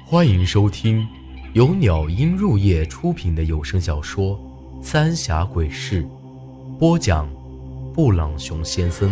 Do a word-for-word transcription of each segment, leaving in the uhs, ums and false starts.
欢迎收听由鸟音入夜出品的有声小说《三峡鬼事》，播讲布朗熊先生。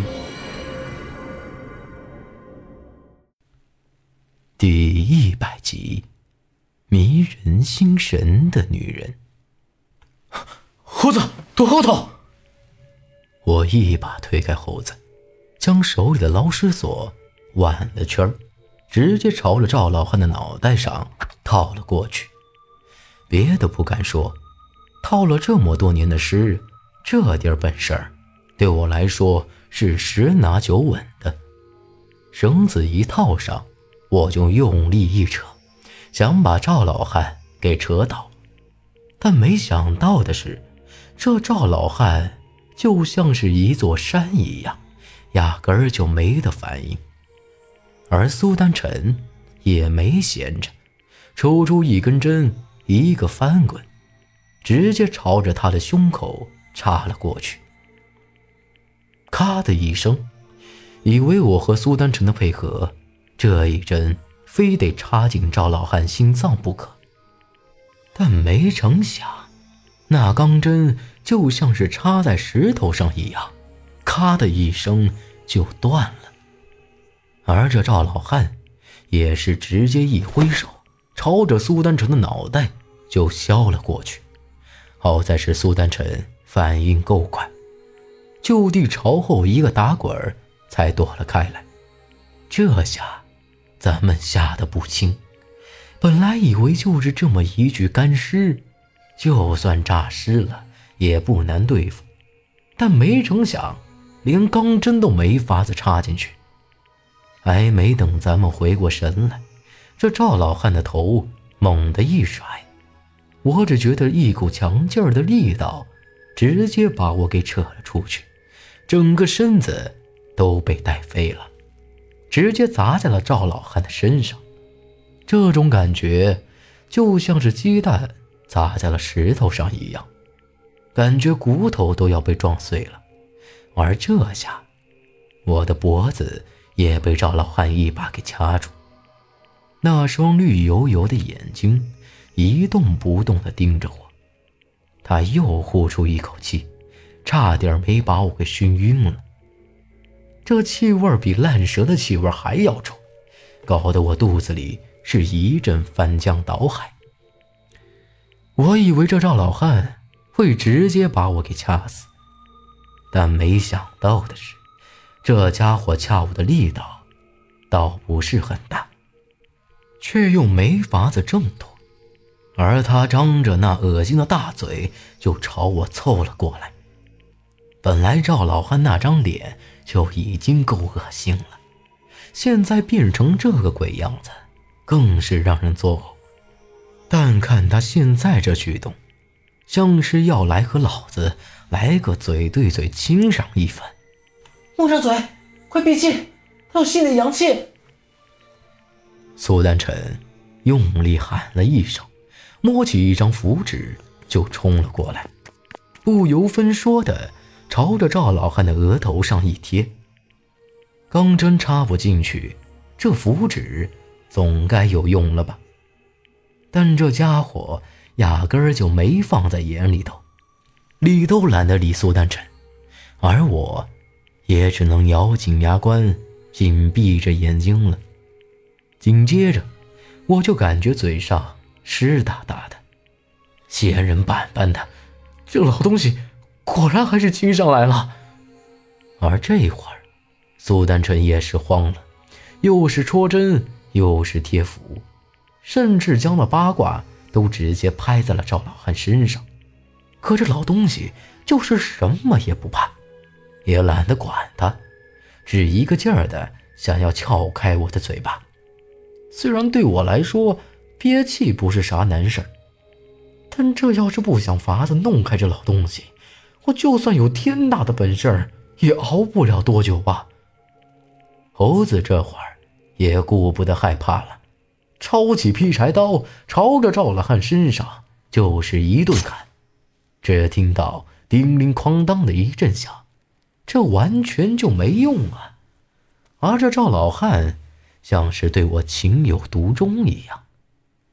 第一百集，迷人心神的女人。 猴子，躲后头！ 我一把推开猴子，将手里的捞尸索挽了圈，直接朝着赵老汉的脑袋上套了过去。别的不敢说，套了这么多年的尸，这点本事儿对我来说是十拿九稳的。绳子一套上，我就用力一扯，想把赵老汉给扯倒。但没想到的是，这赵老汉就像是一座山一样，压根儿就没得反应。而苏丹臣也没闲着，抽出一根针，一个翻滚，直接朝着他的胸口插了过去。咔的一声，以为我和苏丹臣的配合，这一针非得插进赵老汉心脏不可。但没成想，那钢针就像是插在石头上一样，咔的一声就断了。而这赵老汉也是直接一挥手，朝着苏丹臣的脑袋就削了过去。好在是苏丹臣反应够快，就地朝后一个打滚才躲了开来。这下咱们吓得不轻，本来以为就是这么一具干尸，就算诈尸了也不难对付，但没成想连钢针都没法子插进去。还没等咱们回过神来，这赵老汉的头猛地一甩，我只觉得一股强劲儿的力道直接把我给扯了出去，整个身子都被带飞了，直接砸在了赵老汉的身上。这种感觉就像是鸡蛋砸在了石头上一样，感觉骨头都要被撞碎了。而这下我的脖子也被赵老汉一把给掐住，那双绿油油的眼睛一动不动地盯着我。他又呼出一口气，差点没把我给熏晕了。这气味比烂蛇的气味还要臭，搞得我肚子里是一阵翻江倒海。我以为这赵老汉会直接把我给掐死，但没想到的是，这家伙掐我的力道倒不是很大，却又没法子挣脱，而他张着那恶心的大嘴就朝我凑了过来。本来赵老汉那张脸就已经够恶心了，现在变成这个鬼样子更是让人作呕。但看他现在这举动，像是要来和老子来个嘴对嘴亲上一番。 捂上嘴，快闭气，他要吸你的阳气！ 苏丹臣用力喊了一声，摸起一张符纸就冲了过来，不由分说的朝着赵老汉的额头上一贴。钢针插不进去，这符纸总该有用了吧？但这家伙压根儿就没放在眼里头，理都懒得理苏丹臣，而我也只能咬紧牙关，紧闭着眼睛了。紧接着我就感觉嘴上湿哒哒的，仙人板板的，这老东西果然还是亲上来了。而这会儿苏丹臣也是慌了，又是戳针又是贴符，甚至将那八卦都直接拍在了赵老汉身上。可这老东西就是什么也不怕，也懒得管他，只一个劲儿的想要撬开我的嘴巴。虽然对我来说憋气不是啥难事儿，但这要是不想法子弄开这老东西，我就算有天大的本事儿也熬不了多久吧。猴子这会儿也顾不得害怕了，抄起劈柴刀朝着赵老汉身上就是一顿砍。只听到叮铃哐当的一阵响，这完全就没用啊。而这赵老汉像是对我情有独钟一样，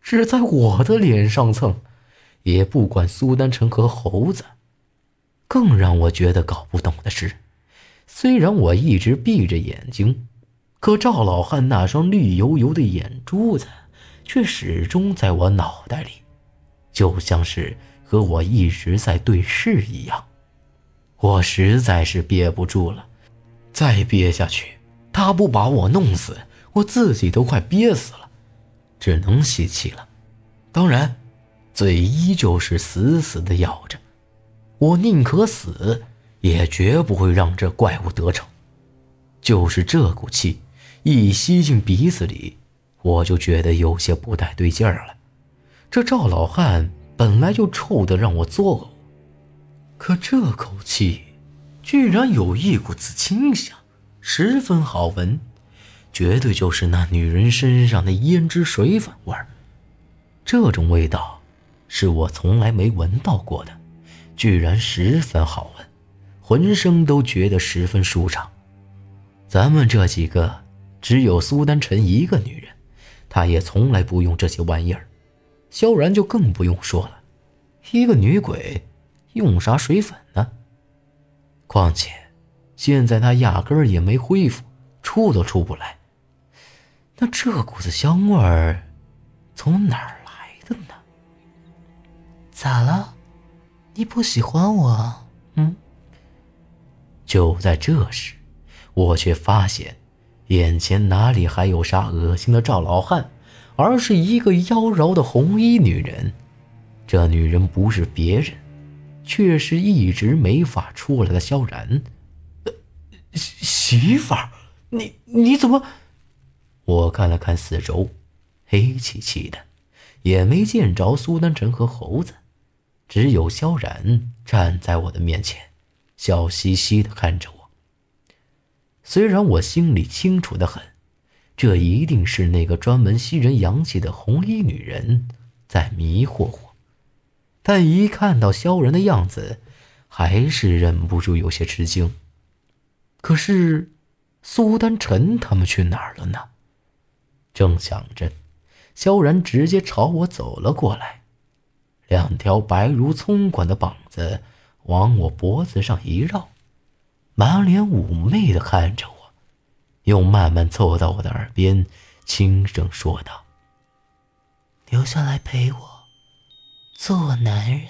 只在我的脸上蹭，也不管苏丹成和猴子。更让我觉得搞不懂的是，虽然我一直闭着眼睛，可赵老汉那双绿油油的眼珠子却始终在我脑袋里，就像是和我一直在对视一样。我实在是憋不住了，再憋下去，他不把我弄死，我自己都快憋死了，只能吸气了。当然，嘴依旧是死死地咬着。我宁可死，也绝不会让这怪物得逞。就是这股气一吸进鼻子里，我就觉得有些不太对劲儿了。这赵老汉本来就臭得让我作呕，可这口气居然有一股子清香，十分好闻，绝对就是那女人身上的胭脂水粉味儿。这种味道是我从来没闻到过的，居然十分好闻，浑身都觉得十分舒畅。咱们这几个只有苏丹晨一个女人，她也从来不用这些玩意儿，萧然就更不用说了，一个女鬼用啥水粉呢？况且现在她压根儿也没恢复，出都出不来。那这股子香味儿从哪儿来的呢？ 咋了？你不喜欢我？嗯？ 就在这时，我却发现眼前哪里还有啥恶心的赵老汉，而是一个妖娆的红衣女人。这女人不是别人，却是一直没法出来的萧然。呃、媳妇儿，你你怎么？我看了看四周，黑漆漆的，也没见着苏丹晨和猴子，只有萧然站在我的面前，笑嘻嘻地看着我。虽然我心里清楚得很，这一定是那个专门吸人阳气的红衣女人在迷惑我，但一看到萧然的样子，还是忍不住有些吃惊。可是苏丹晨他们去哪儿了呢？正想着，萧然直接朝我走了过来，两条白如葱管的膀子往我脖子上一绕，满脸妩媚地看着我，又慢慢凑到我的耳边轻声说道： 留下来陪我，做我男人。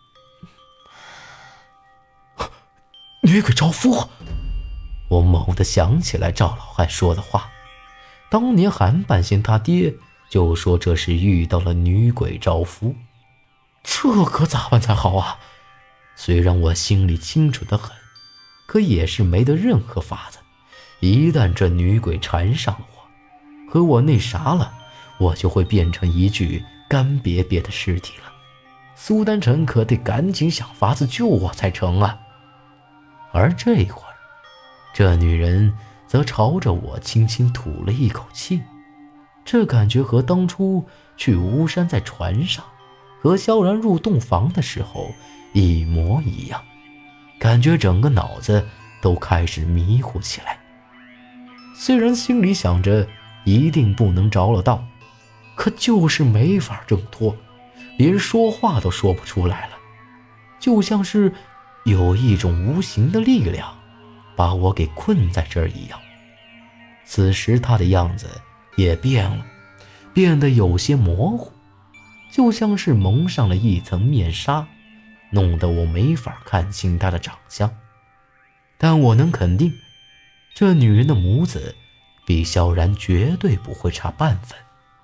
女鬼招夫！我猛地想起来赵老汉说的话，当年韩半仙他爹就说这是遇到了女鬼招夫，这可咋办才好啊？虽然我心里清楚得很，可也是没得任何法子。一旦这女鬼缠上我，和我那啥了，我就会变成一具干瘪瘪的尸体了。苏丹晨可得赶紧想法子救我才成啊！而这会儿，这女人则朝着我轻轻吐了一口气，这感觉和当初去巫山在船上和萧然入洞房的时候一模一样，感觉整个脑子都开始迷糊起来。虽然心里想着一定不能着了道，可就是没法挣脱，连说话都说不出来了，就像是有一种无形的力量把我给困在这儿一样。此时他的样子也变了，变得有些模糊，就像是蒙上了一层面纱，弄得我没法看清他的长相。但我能肯定，这女人的母子比萧然绝对不会差半分。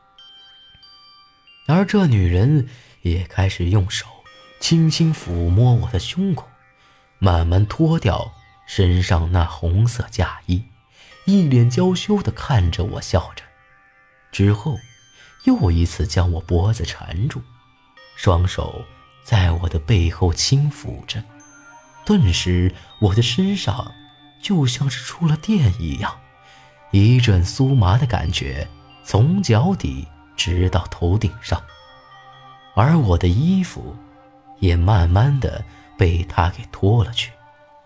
而这女人也开始用手轻轻抚摸我的胸口，慢慢脱掉身上那红色嫁衣，一脸娇羞地看着我笑着，之后又一次将我脖子缠住，双手在我的背后轻抚着。顿时我的身上就像是触了电一样，一阵酥麻的感觉从脚底直到头顶上，而我的衣服也慢慢的被他给脱了去。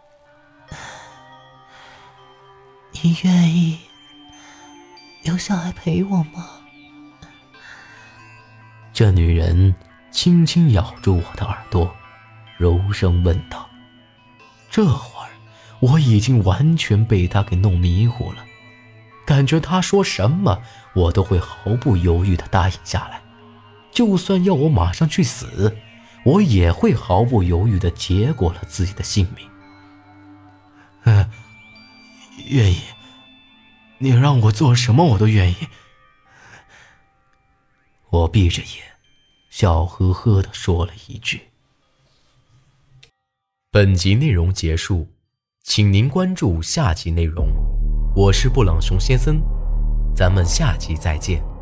你愿意留下来陪我吗？ 这女人轻轻咬住我的耳朵，柔声问道。这会儿我已经完全被她给弄迷糊了，感觉她说什么我都会毫不犹豫地答应下来，就算要我马上去死，我也会毫不犹豫地结果了自己的性命。 嗯，愿意，你让我做什么我都愿意。 我闭着眼，笑呵呵地说了一句。本集内容结束，请您关注下集内容。我是布朗熊先生，咱们下集再见。